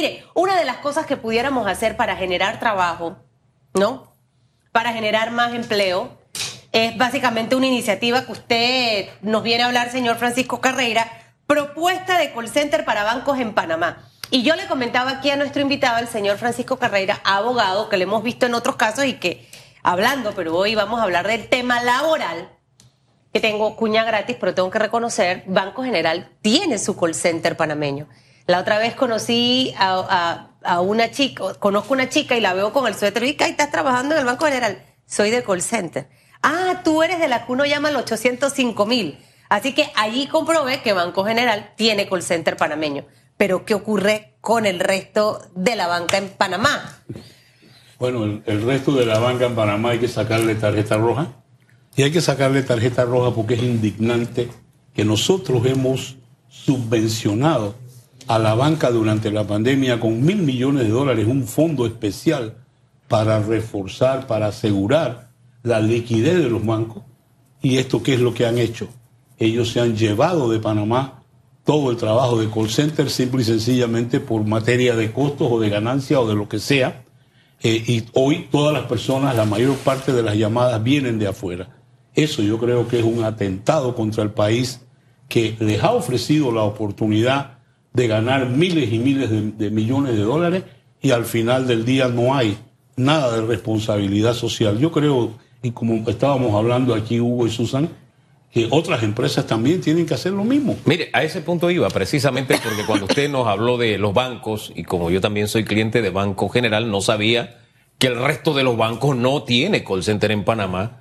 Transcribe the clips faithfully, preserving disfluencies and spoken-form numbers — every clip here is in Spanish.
Mire, una de las cosas que pudiéramos hacer para generar trabajo, ¿no? Para generar más empleo, es básicamente una iniciativa que usted nos viene a hablar, señor Francisco Carreira, propuesta de call center para bancos en Panamá. Y yo le comentaba aquí a nuestro invitado, el señor Francisco Carreira, abogado, que lo hemos visto en otros casos y que, hablando, pero hoy vamos a hablar del tema laboral, que tengo cuña gratis, pero tengo que reconocer, Banco General tiene su call center panameño. La otra vez conocí a, a, a una chica, conozco una chica y la veo con el suéter y digo, ay, ¿estás trabajando en el Banco General? Soy de call center. Ah, tú eres de la que uno llama el ochocientos cinco mil. Así que allí comprobé que Banco General tiene call center panameño. Pero ¿qué ocurre con el resto de la banca en Panamá? Bueno, el, el resto de la banca en Panamá hay que sacarle tarjeta roja. Y hay que sacarle tarjeta roja porque es indignante que nosotros hemos subvencionado a la banca durante la pandemia con mil millones de dólares, un fondo especial para reforzar, para asegurar la liquidez de los bancos. ¿Y esto qué es lo que han hecho? Ellos se han llevado de Panamá todo el trabajo de call center simple y sencillamente por materia de costos o de ganancia o de lo que sea. Eh, y hoy todas las personas, la mayor parte de las llamadas vienen de afuera. Eso yo creo que es un atentado contra el país que les ha ofrecido la oportunidad de ganar miles y miles de, de millones de dólares y al final del día no hay nada de responsabilidad social. Yo creo, y como estábamos hablando aquí Hugo y Susan, que otras empresas también tienen que hacer lo mismo. Mire, a ese punto iba precisamente porque cuando usted nos habló de los bancos, y como yo también soy cliente de Banco General, no sabía que el resto de los bancos no tiene call center en Panamá.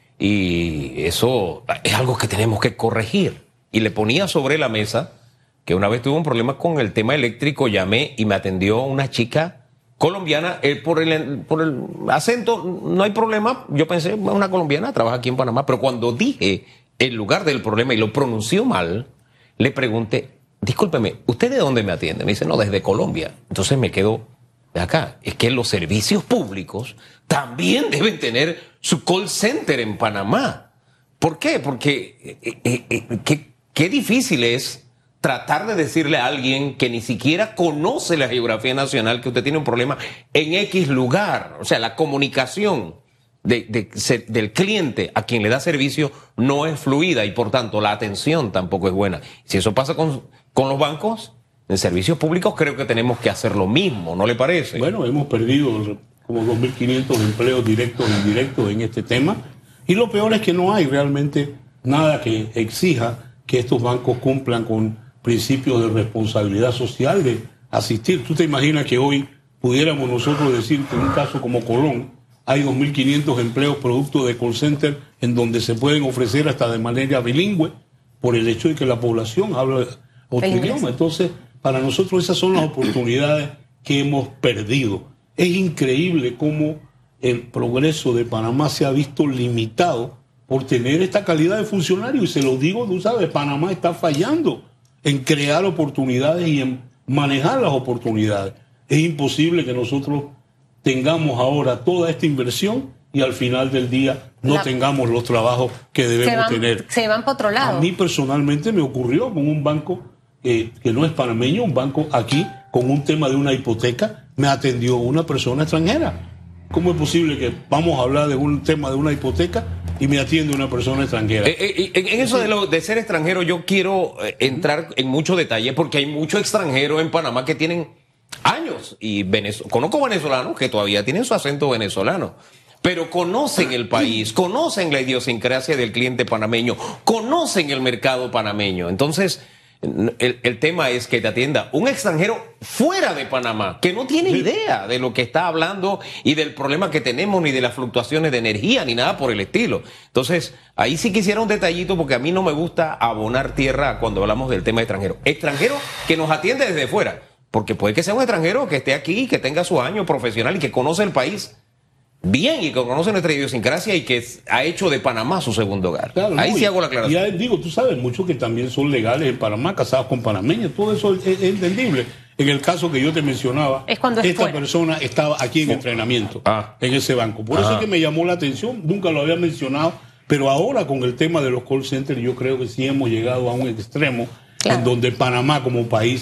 Y eso es algo que tenemos que corregir. Y le ponía sobre la mesa que una vez tuve un problema con el tema eléctrico, llamé y me atendió una chica colombiana. Eh, por, el, por el acento no hay problema. Yo pensé, una colombiana trabaja aquí en Panamá. Pero cuando dije el lugar del problema y lo pronunció mal, le pregunté, discúlpeme, ¿usted de dónde me atiende? Me dice, no, desde Colombia. Entonces me quedo de acá. Es que los servicios públicos también deben tener su call center en Panamá. ¿Por qué? Porque eh, eh, eh, qué, qué difícil es tratar de decirle a alguien que ni siquiera conoce la geografía nacional que usted tiene un problema en X lugar. O sea, la comunicación de, de, de, del cliente a quien le da servicio no es fluida y por tanto la atención tampoco es buena. Si eso pasa con, con los bancos, en servicios públicos creo que tenemos que hacer lo mismo, ¿no le parece? Bueno, hemos perdido como dos mil quinientos empleos directos e indirectos en este tema. Y lo peor es que no hay realmente nada que exija que estos bancos cumplan con principios de responsabilidad social, de asistir. ¿Tú te imaginas que hoy pudiéramos nosotros decir que en un caso como Colón hay dos mil quinientos empleos producto de call center en donde se pueden ofrecer hasta de manera bilingüe por el hecho de que la población habla otro idioma? Entonces, para nosotros esas son las oportunidades que hemos perdido. Es increíble cómo el progreso de Panamá se ha visto limitado por tener esta calidad de funcionario. Y se lo digo, tú sabes, Panamá está fallando en crear oportunidades y en manejar las oportunidades. Es imposible que nosotros tengamos ahora toda esta inversión y al final del día no La... tengamos los trabajos que debemos se van, tener. Se van para otro lado. A mí personalmente me ocurrió con un banco eh, que no es panameño, un banco aquí, con un tema de una hipoteca, me atendió una persona extranjera. ¿Cómo es posible que vamos a hablar de un tema de una hipoteca y me atiende una persona extranjera? Eh, eh, en eso de, lo, de ser extranjero yo quiero eh, entrar en mucho detalle porque hay muchos extranjeros en Panamá que tienen años y venezol- conozco venezolanos que todavía tienen su acento venezolano, pero conocen el país, conocen la idiosincrasia del cliente panameño, conocen el mercado panameño. Entonces, el, el tema es que te atienda un extranjero fuera de Panamá, que no tiene idea de lo que está hablando y del problema que tenemos, ni de las fluctuaciones de energía, ni nada por el estilo. Entonces, ahí sí quisiera un detallito, porque a mí no me gusta abonar tierra cuando hablamos del tema extranjero. Extranjero que nos atiende desde fuera, porque puede que sea un extranjero que esté aquí, que tenga su año profesional y que conoce el país bien y que conoce nuestra idiosincrasia y que ha hecho de Panamá su segundo hogar. Claro, ahí no, sí hago la aclaración. Y digo, tú sabes, muchos que también son legales en Panamá, casados con panameños, todo eso es, es entendible. En el caso que yo te mencionaba, es cuando esta fuera. persona estaba aquí en entrenamiento, ah. en ese banco. Por ah. eso es que me llamó la atención, nunca lo había mencionado, pero ahora con el tema de los call centers yo creo que sí hemos llegado a un extremo claro. en donde Panamá como país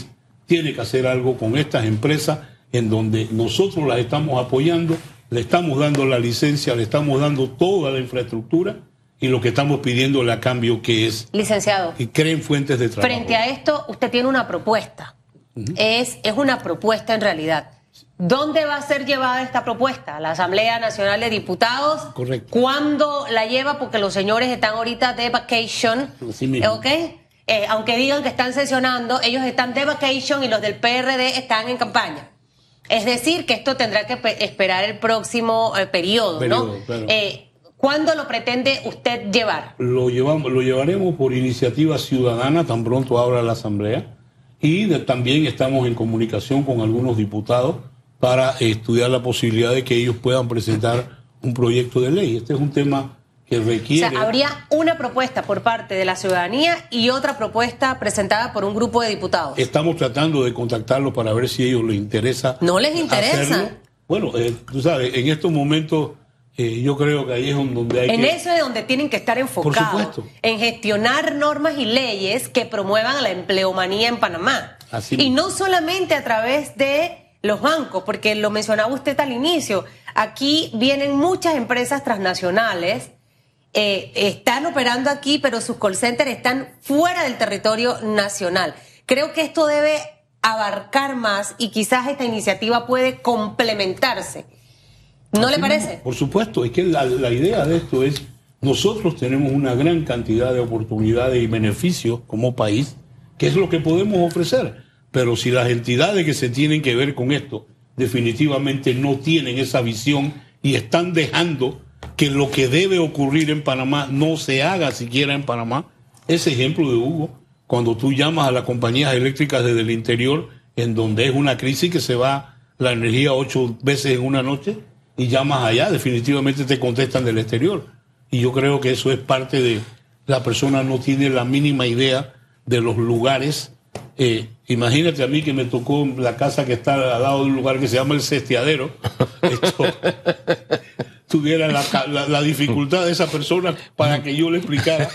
tiene que hacer algo con estas empresas en donde nosotros las estamos apoyando, le estamos dando la licencia, le estamos dando toda la infraestructura y lo que estamos pidiéndole a cambio que es licenciado, que creen fuentes de trabajo. Frente a esto, usted tiene una propuesta. Uh-huh. Es, es una propuesta en realidad. ¿Dónde va a ser llevada esta propuesta? ¿A la Asamblea Nacional de Diputados? Correcto. ¿Cuándo la lleva? Porque los señores están ahorita de vacation. Así mismo. ¿Ok? Eh, aunque digan que están sesionando, ellos están de vacation y los del P R D están en campaña. Es decir, que esto tendrá que esperar el próximo eh, periodo, periodo, ¿no? Claro. Eh, ¿Cuándo lo pretende usted llevar? Lo, llevamos, lo llevaremos por iniciativa ciudadana, tan pronto abra la Asamblea. Y de, también estamos en comunicación con algunos diputados para estudiar la posibilidad de que ellos puedan presentar un proyecto de ley. Este es un tema que requiere... O sea, habría una propuesta por parte de la ciudadanía y otra propuesta presentada por un grupo de diputados. Estamos tratando de contactarlos para ver si a ellos les interesa. ¿No les interesa? Hacerlo. Bueno, eh, tú sabes, en estos momentos eh, yo creo que ahí es donde hay en que... En eso es donde tienen que estar enfocados. En gestionar normas y leyes que promuevan la empleomanía en Panamá. Así y mismo. no solamente a través de los bancos, porque lo mencionaba usted al inicio. Aquí vienen muchas empresas transnacionales, eh, están operando aquí, pero sus call centers están fuera del territorio nacional. Creo que esto debe abarcar más y quizás esta iniciativa puede complementarse. ¿No Así le parece? Mismo, por supuesto, es que la, la idea de esto es, nosotros tenemos una gran cantidad de oportunidades y beneficios como país, que es lo que podemos ofrecer. Pero si las entidades que se tienen que ver con esto definitivamente no tienen esa visión y están dejando que lo que debe ocurrir en Panamá no se haga siquiera en Panamá, ese ejemplo de Hugo, cuando tú llamas a las compañías eléctricas desde el interior, en donde es una crisis que se va la energía ocho veces en una noche, y llamas allá, definitivamente te contestan del exterior. Y yo creo que eso es parte de... La persona no tiene la mínima idea de los lugares. Eh, imagínate a mí que me tocó la casa que está al lado de un lugar que se llama El Cesteadero. Esto, tuviera la, la, la dificultad de esa persona para que yo le explicara.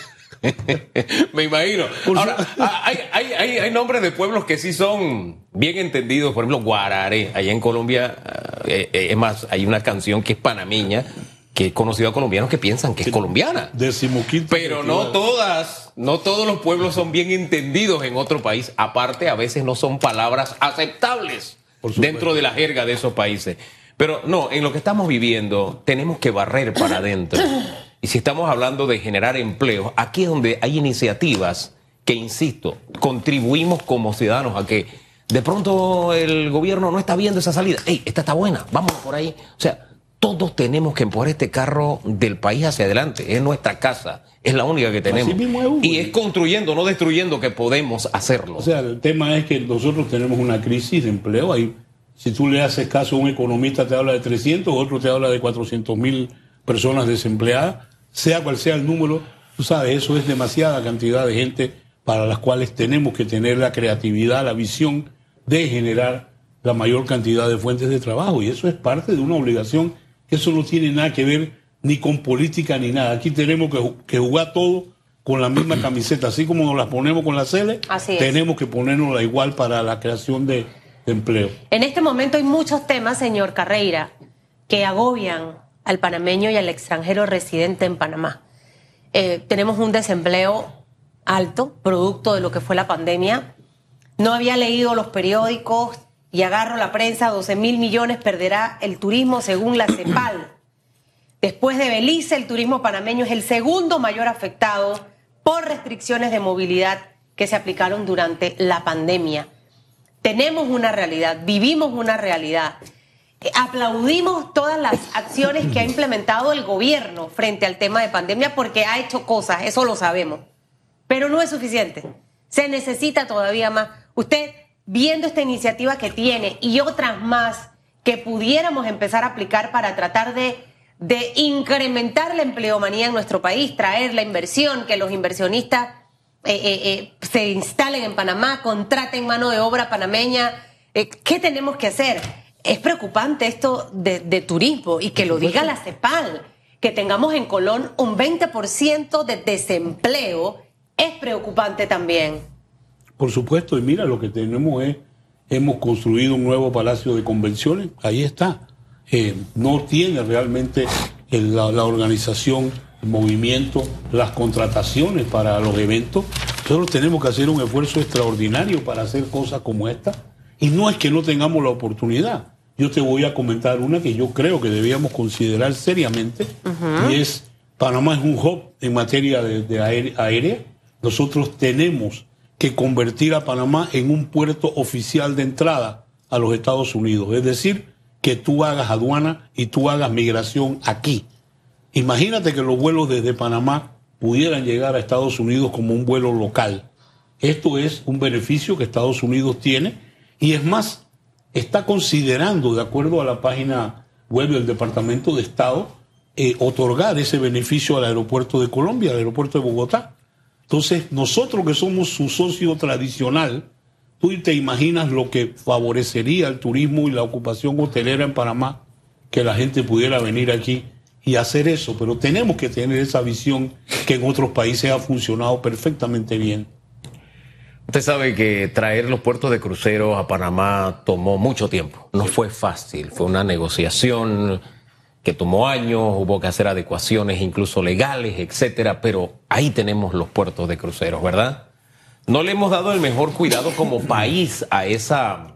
Me imagino. Ahora, hay, hay, hay, hay nombres de pueblos que sí son bien entendidos. Por ejemplo, Guararé, allá en Colombia. Eh, eh, es más, hay una canción que es panameña, que he conocido a colombianos que piensan que es colombiana. Decimoquinto. Pero no todas, no todos los pueblos son bien entendidos en otro país. Aparte, a veces no son palabras aceptables dentro de la jerga de esos países. Pero no, en lo que estamos viviendo, tenemos que barrer para adentro. Y si estamos hablando de generar empleo, aquí es donde hay iniciativas que, insisto, contribuimos como ciudadanos a que de pronto el gobierno no está viendo esa salida. ¡Ey, esta está buena! Vamos por ahí. O sea, todos tenemos que empujar este carro del país hacia adelante. Es nuestra casa, es la única que tenemos. Así mismo es, Hugo. Y es construyendo, no destruyendo, que podemos hacerlo. O sea, el tema es que nosotros tenemos una crisis de empleo. Ahí, si tú le haces caso a un economista, te habla de trescientos, otro te habla de cuatrocientos mil personas desempleadas. Sea cual sea el número, tú sabes, eso es demasiada cantidad de gente para las cuales tenemos que tener la creatividad, la visión de generar la mayor cantidad de fuentes de trabajo. Y eso es parte de una obligación, que eso no tiene nada que ver ni con política ni nada. Aquí tenemos que, que jugar todo con la misma camiseta. Así como nos las ponemos con la Cele, tenemos que ponernos igual para la creación de, de empleo. En este momento hay muchos temas, señor Carreira, que agobian al panameño y al extranjero residente en Panamá. Eh, tenemos un desempleo alto, producto de lo que fue la pandemia. No había leído los periódicos y agarro la prensa, doce mil millones perderá el turismo según la CEPAL. Después de Belice, el turismo panameño es el segundo mayor afectado por restricciones de movilidad que se aplicaron durante la pandemia. Tenemos una realidad, vivimos una realidad. Aplaudimos todas las acciones que ha implementado el gobierno frente al tema de pandemia porque ha hecho cosas, eso lo sabemos. Pero no es suficiente. Se necesita todavía más. Usted, viendo esta iniciativa que tiene y otras más que pudiéramos empezar a aplicar para tratar de, de incrementar la empleomanía en nuestro país, traer la inversión, que los inversionistas eh, eh, eh, se instalen en Panamá, contraten mano de obra panameña, eh, ¿qué tenemos que hacer? Es preocupante esto de, de turismo y que lo diga la CEPAL, que tengamos en Colón un veinte por ciento de desempleo, es preocupante también. Por supuesto, y mira, lo que tenemos es hemos construido un nuevo palacio de convenciones, ahí está. Eh, no tiene realmente el, la, la organización, el movimiento, las contrataciones para los eventos. Nosotros tenemos que hacer un esfuerzo extraordinario para hacer cosas como esta, y no es que no tengamos la oportunidad. Yo te voy a comentar una que yo creo que debíamos considerar seriamente, uh-huh. y es, Panamá es un hub en materia de, de aérea, aérea. Nosotros tenemos que convertir a Panamá en un puerto oficial de entrada a los Estados Unidos, es decir, que tú hagas aduana y tú hagas migración aquí. Imagínate que los vuelos desde Panamá pudieran llegar a Estados Unidos como un vuelo local. Esto es un beneficio que Estados Unidos tiene, y es más, está considerando, de acuerdo a la página web del Departamento de Estado, eh, otorgar ese beneficio al aeropuerto de Colombia, al aeropuerto de Bogotá. Entonces, nosotros que somos su socio tradicional, tú te imaginas lo que favorecería el turismo y la ocupación hotelera en Panamá, que la gente pudiera venir aquí y hacer eso. Pero tenemos que tener esa visión que en otros países ha funcionado perfectamente bien. Usted sabe que traer los puertos de cruceros a Panamá tomó mucho tiempo. No fue fácil, fue una negociación que tomó años, hubo que hacer adecuaciones incluso legales, etcétera, pero ahí tenemos los puertos de cruceros, ¿verdad? No le hemos dado el mejor cuidado como país a esa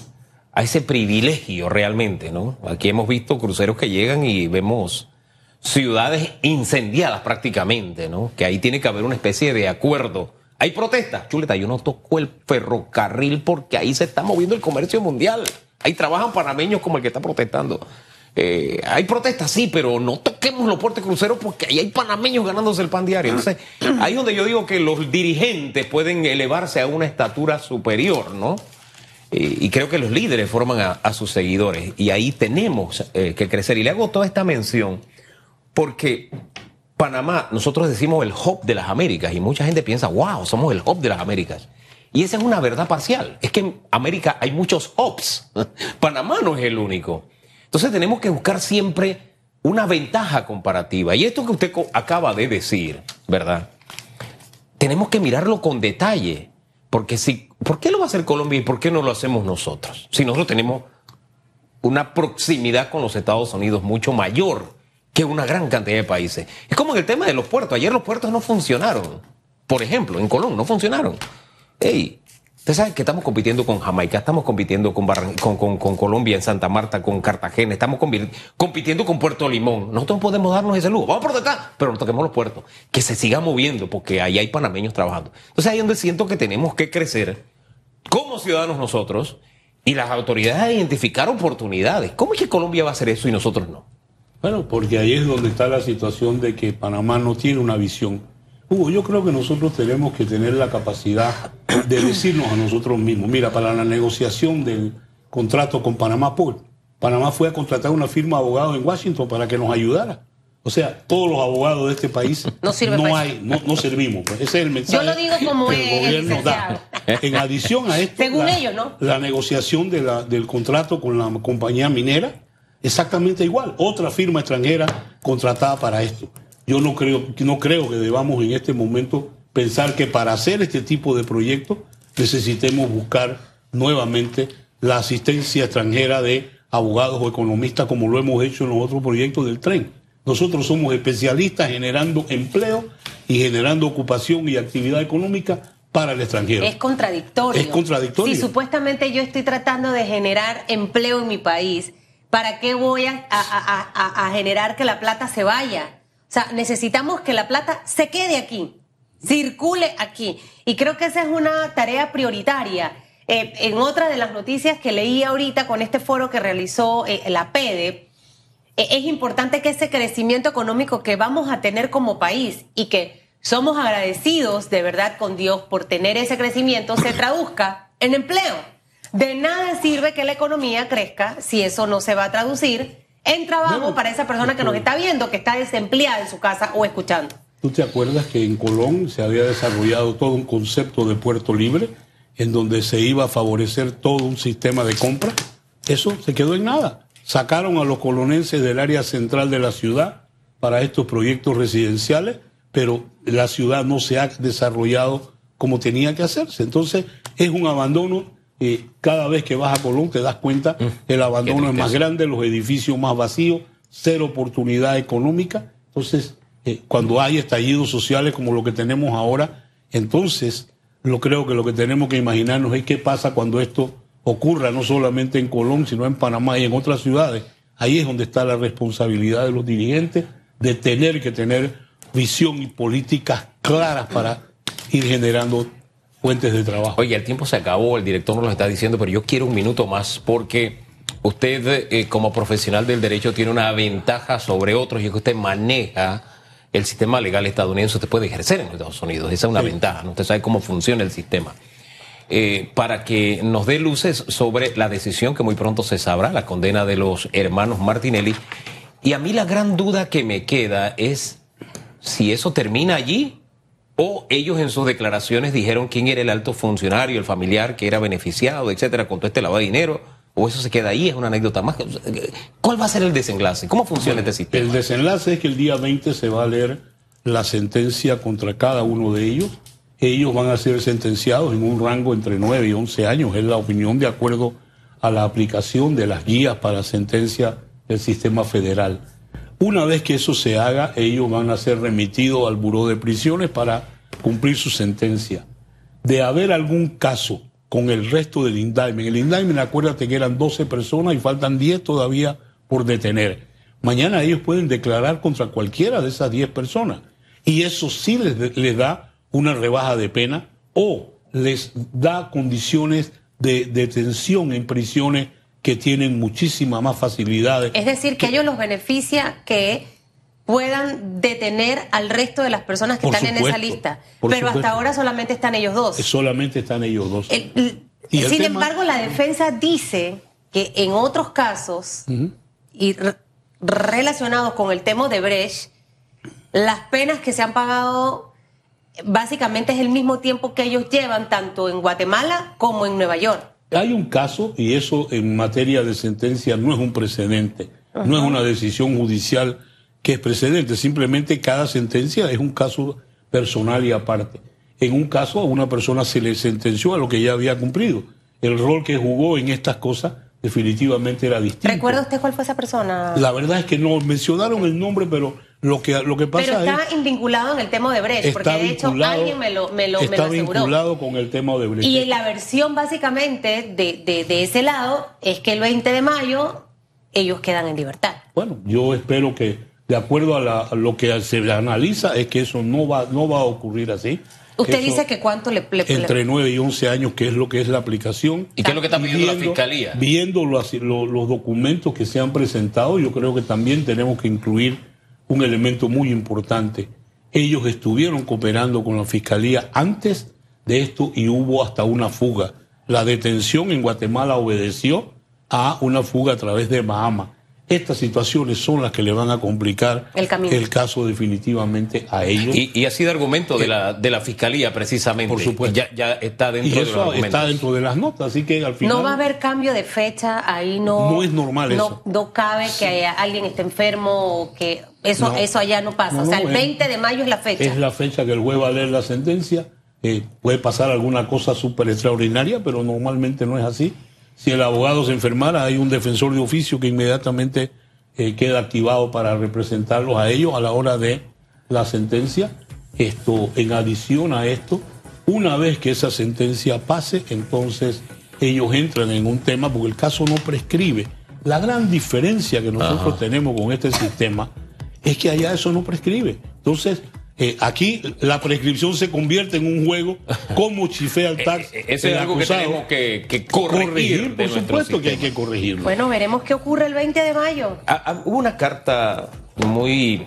a ese privilegio realmente, ¿no? Aquí hemos visto cruceros que llegan y vemos ciudades incendiadas prácticamente, ¿no? Que ahí tiene que haber una especie de acuerdo. Hay protestas. Chuleta, yo no toco el ferrocarril porque ahí se está moviendo el comercio mundial. Ahí trabajan panameños como el que está protestando. Eh, hay protestas, sí, pero no toquemos los puertos de cruceros porque ahí hay panameños ganándose el pan diario. Entonces, ahí es donde yo digo que los dirigentes pueden elevarse a una estatura superior, ¿no? Eh, y creo que los líderes forman a, a sus seguidores. Y ahí tenemos eh, que crecer. Y le hago toda esta mención porque Panamá, nosotros decimos el hub de las Américas y mucha gente piensa, wow, somos el hub de las Américas. Y esa es una verdad parcial. Es que en América hay muchos hubs. Panamá no es el único. Entonces tenemos que buscar siempre una ventaja comparativa. Y esto que usted acaba de decir, ¿verdad? Tenemos que mirarlo con detalle. Porque si, ¿por qué lo va a hacer Colombia y por qué no lo hacemos nosotros? Si nosotros tenemos una proximidad con los Estados Unidos mucho mayor que una gran cantidad de países. Es como en el tema de los puertos. Ayer los puertos no funcionaron. Por ejemplo, en Colón no funcionaron. Ey, usted sabe que estamos compitiendo con Jamaica, estamos compitiendo con, Barran con, con, con Colombia, en Santa Marta, con Cartagena, estamos compitiendo con Puerto Limón. Nosotros podemos darnos ese lujo. Vamos a protestar, pero no toquemos los puertos. Que se siga moviendo, porque ahí hay panameños trabajando. Entonces ahí es donde siento que tenemos que crecer como ciudadanos nosotros y las autoridades a identificar oportunidades. ¿Cómo es que Colombia va a hacer eso y nosotros no? Bueno, porque ahí es donde está la situación de que Panamá no tiene una visión. Hugo, yo creo que nosotros tenemos que tener la capacidad de decirnos a nosotros mismos, mira, para la negociación del contrato con Panamá Port, Panamá fue a contratar una firma de abogados en Washington para que nos ayudara. O sea, todos los abogados de este país no, sirve no hay, no, no servimos. Pues. Ese es el mensaje yo lo digo como que el gobierno da. En adición a esto, según la, ellos, ¿no? La negociación de la, del contrato con la compañía minera, exactamente igual. Otra firma extranjera contratada para esto. Yo no creo, no creo que debamos en este momento pensar que para hacer este tipo de proyectos necesitemos buscar nuevamente la asistencia extranjera de abogados o economistas como lo hemos hecho en los otros proyectos del tren. Nosotros somos especialistas generando empleo y generando ocupación y actividad económica para el extranjero. Es contradictorio. Es contradictorio. Si supuestamente yo estoy tratando de generar empleo en mi país, ¿para qué voy a, a, a, a generar que la plata se vaya? O sea, necesitamos que la plata se quede aquí, circule aquí. Y creo que esa es una tarea prioritaria. Eh, en otra de las noticias que leí ahorita con este foro que realizó eh, la P E D E, eh, es importante que ese crecimiento económico que vamos a tener como país y que somos agradecidos de verdad con Dios por tener ese crecimiento se traduzca en empleo. De nada sirve que la economía crezca si eso no se va a traducir en trabajo no, para esa persona que nos está viendo, que está desempleada en su casa o escuchando. ¿Tú te acuerdas que en Colón se había desarrollado todo un concepto de puerto libre en donde se iba a favorecer todo un sistema de compra? Eso se quedó en nada. Sacaron a los colonenses del área central de la ciudad para estos proyectos residenciales, pero la ciudad no se ha desarrollado como tenía que hacerse. Entonces es un abandono eh, cada vez que vas a Colón te das cuenta que el abandono es más grande, los edificios más vacíos, cero oportunidad económica. Entonces, eh, cuando hay estallidos sociales como lo que tenemos ahora, entonces lo creo que lo que tenemos que imaginarnos es qué pasa cuando esto ocurra, no solamente en Colón, sino en Panamá y en otras ciudades. Ahí es donde está la responsabilidad de los dirigentes de tener que tener visión y políticas claras para ir generando fuentes de trabajo. Oye, el tiempo se acabó, el director nos lo está diciendo, pero yo quiero un minuto más porque usted eh, como profesional del derecho tiene una ventaja sobre otros y es que usted maneja el sistema legal estadounidense, usted puede ejercer en Estados Unidos, esa es una sí. ventaja, ¿no? Usted sabe cómo funciona el sistema. Eh, para que nos dé luces sobre la decisión que muy pronto se sabrá, la condena de los hermanos Martinelli. Y a mí la gran duda que me queda es si eso termina allí o ellos en sus declaraciones dijeron quién era el alto funcionario, el familiar que era beneficiado, etcétera, con todo este lavado de dinero, o eso se queda ahí, es una anécdota más. ¿Cuál va a ser el desenlace? ¿Cómo funciona bueno, este sistema? El desenlace es que el día veinte se va a leer la sentencia contra cada uno de ellos. Ellos van a ser sentenciados en un rango entre nueve y once años, es la opinión de acuerdo a la aplicación de las guías para sentencia del sistema federal. Una vez que eso se haga, ellos van a ser remitidos al Buró de Prisiones para cumplir su sentencia. De haber algún caso con el resto del indictment, el indictment, acuérdate que eran doce personas y faltan diez todavía por detener. Mañana ellos pueden declarar contra cualquiera de esas diez personas y eso sí les, les da una rebaja de pena o les da condiciones de detención en prisiones que tienen muchísimas más facilidades. Es decir, que, que ellos los beneficia que puedan detener al resto de las personas que están supuesto, en esa lista. Pero supuesto. Hasta ahora solamente están ellos dos. Solamente están ellos dos. El, el, y sin tema... embargo, la defensa dice que en otros casos, uh-huh. y re relacionados con el tema de Brecht, las penas que se han pagado básicamente es el mismo tiempo que ellos llevan tanto en Guatemala como en Nueva York. Hay un caso, y eso en materia de sentencia no es un precedente, uh-huh. no es una decisión judicial que es precedente, simplemente cada sentencia es un caso personal y aparte. En un caso a una persona se le sentenció a lo que ya había cumplido. El rol que jugó en estas cosas definitivamente era distinto. ¿Recuerda usted cuál fue esa persona? La verdad es que no mencionaron el nombre, pero lo que, lo que pasa es... Pero está vinculado en el tema de Brecht, porque de hecho alguien me lo, me lo, me lo aseguró. Está vinculado con el tema de Brecht. Y la versión básicamente de, de, de ese lado es que el veinte de mayo ellos quedan en libertad. Bueno, yo espero que, de acuerdo a, la, a lo que se analiza, es que eso no va, no va a ocurrir así. Usted eso, dice que cuánto le, le... Entre nueve y once años, que es lo que es la aplicación. ¿Y qué es lo que está pidiendo viendo, la Fiscalía? Viendo los, los, los documentos que se han presentado, yo creo que también tenemos que incluir un elemento muy importante. Ellos estuvieron cooperando con la Fiscalía antes de esto y hubo hasta una fuga. La detención en Guatemala obedeció a una fuga a través de Bahamas. Estas situaciones son las que le van a complicar el, el caso definitivamente a ellos. Y, y así de argumento de la, de la Fiscalía, precisamente. Por supuesto. Ya, ya está dentro y de eso los argumentos. Está dentro de las notas, así que al final... No va a haber cambio de fecha, ahí no... No es normal no, eso. No cabe que haya, alguien esté enfermo o que... Eso, no, eso allá no pasa. No, o sea, el no, veinte de mayo es la fecha. Es la fecha que el juez va a leer la sentencia. Eh, puede pasar alguna cosa súper extraordinaria, pero normalmente no es así. Si el abogado se enfermara, hay un defensor de oficio que inmediatamente... Eh, queda activado para representarlos a ellos a la hora de la sentencia. Esto, en adición a esto, una vez que esa sentencia pase, entonces ellos entran en un tema porque el caso no prescribe. La gran diferencia que nosotros Ajá. tenemos con este sistema es que allá eso no prescribe. Entonces, eh, aquí la prescripción se convierte en un juego como chifea el tax. Eso es algo acusado. que tenemos que, que corregir. corregir por supuesto que hay que corregirlo. Bueno, veremos qué ocurre el veinte de mayo. Ah, ah, hubo una carta muy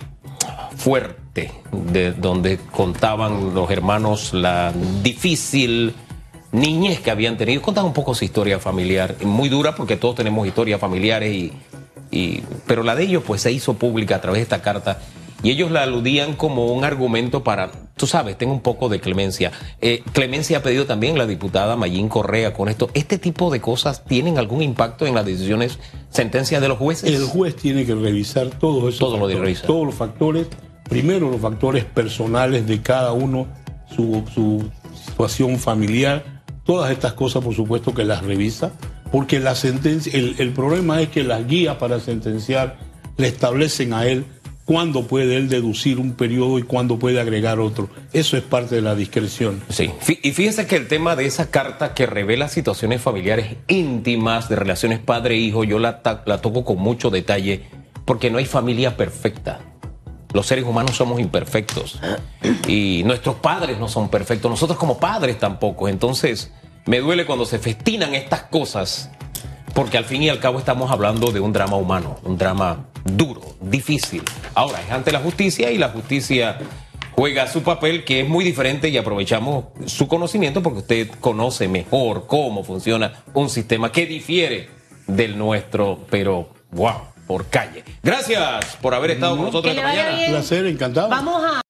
fuerte de donde contaban los hermanos la difícil niñez que habían tenido. Contaban un poco su historia familiar, muy dura porque todos tenemos historias familiares, y, y, pero la de ellos pues se hizo pública a través de esta carta. Y ellos la aludían como un argumento para, tú sabes, tengo un poco de clemencia. Eh, clemencia ha pedido también la diputada Mayín Correa con esto. ¿Este tipo de cosas tienen algún impacto en las decisiones, sentencias de los jueces? El juez tiene que revisar todos esos Todo factores, lo de revisar. todos los factores. Primero los factores personales de cada uno, su, su situación familiar, Todas estas cosas, por supuesto, que las revisa, porque la sentencia, el, el problema es que las guías para sentenciar le establecen a él cuándo puede él deducir un periodo y cuándo puede agregar otro. Eso es parte de la discreción. Sí, y fíjese que el tema de esa carta que revela situaciones familiares íntimas de relaciones padre-hijo, yo la, la toco con mucho detalle, porque no hay familia perfecta. Los seres humanos somos imperfectos y nuestros padres no son perfectos, nosotros como padres tampoco. Entonces me duele cuando se festinan estas cosas, porque al fin y al cabo estamos hablando de un drama humano, un drama duro, difícil. Ahora es ante la justicia y la justicia juega su papel, que es muy diferente, y aprovechamos su conocimiento porque usted conoce mejor cómo funciona un sistema que difiere del nuestro, pero wow, por calle. Gracias por haber estado con nosotros Que esta le vaya mañana. bien. Un placer, encantado. Vamos a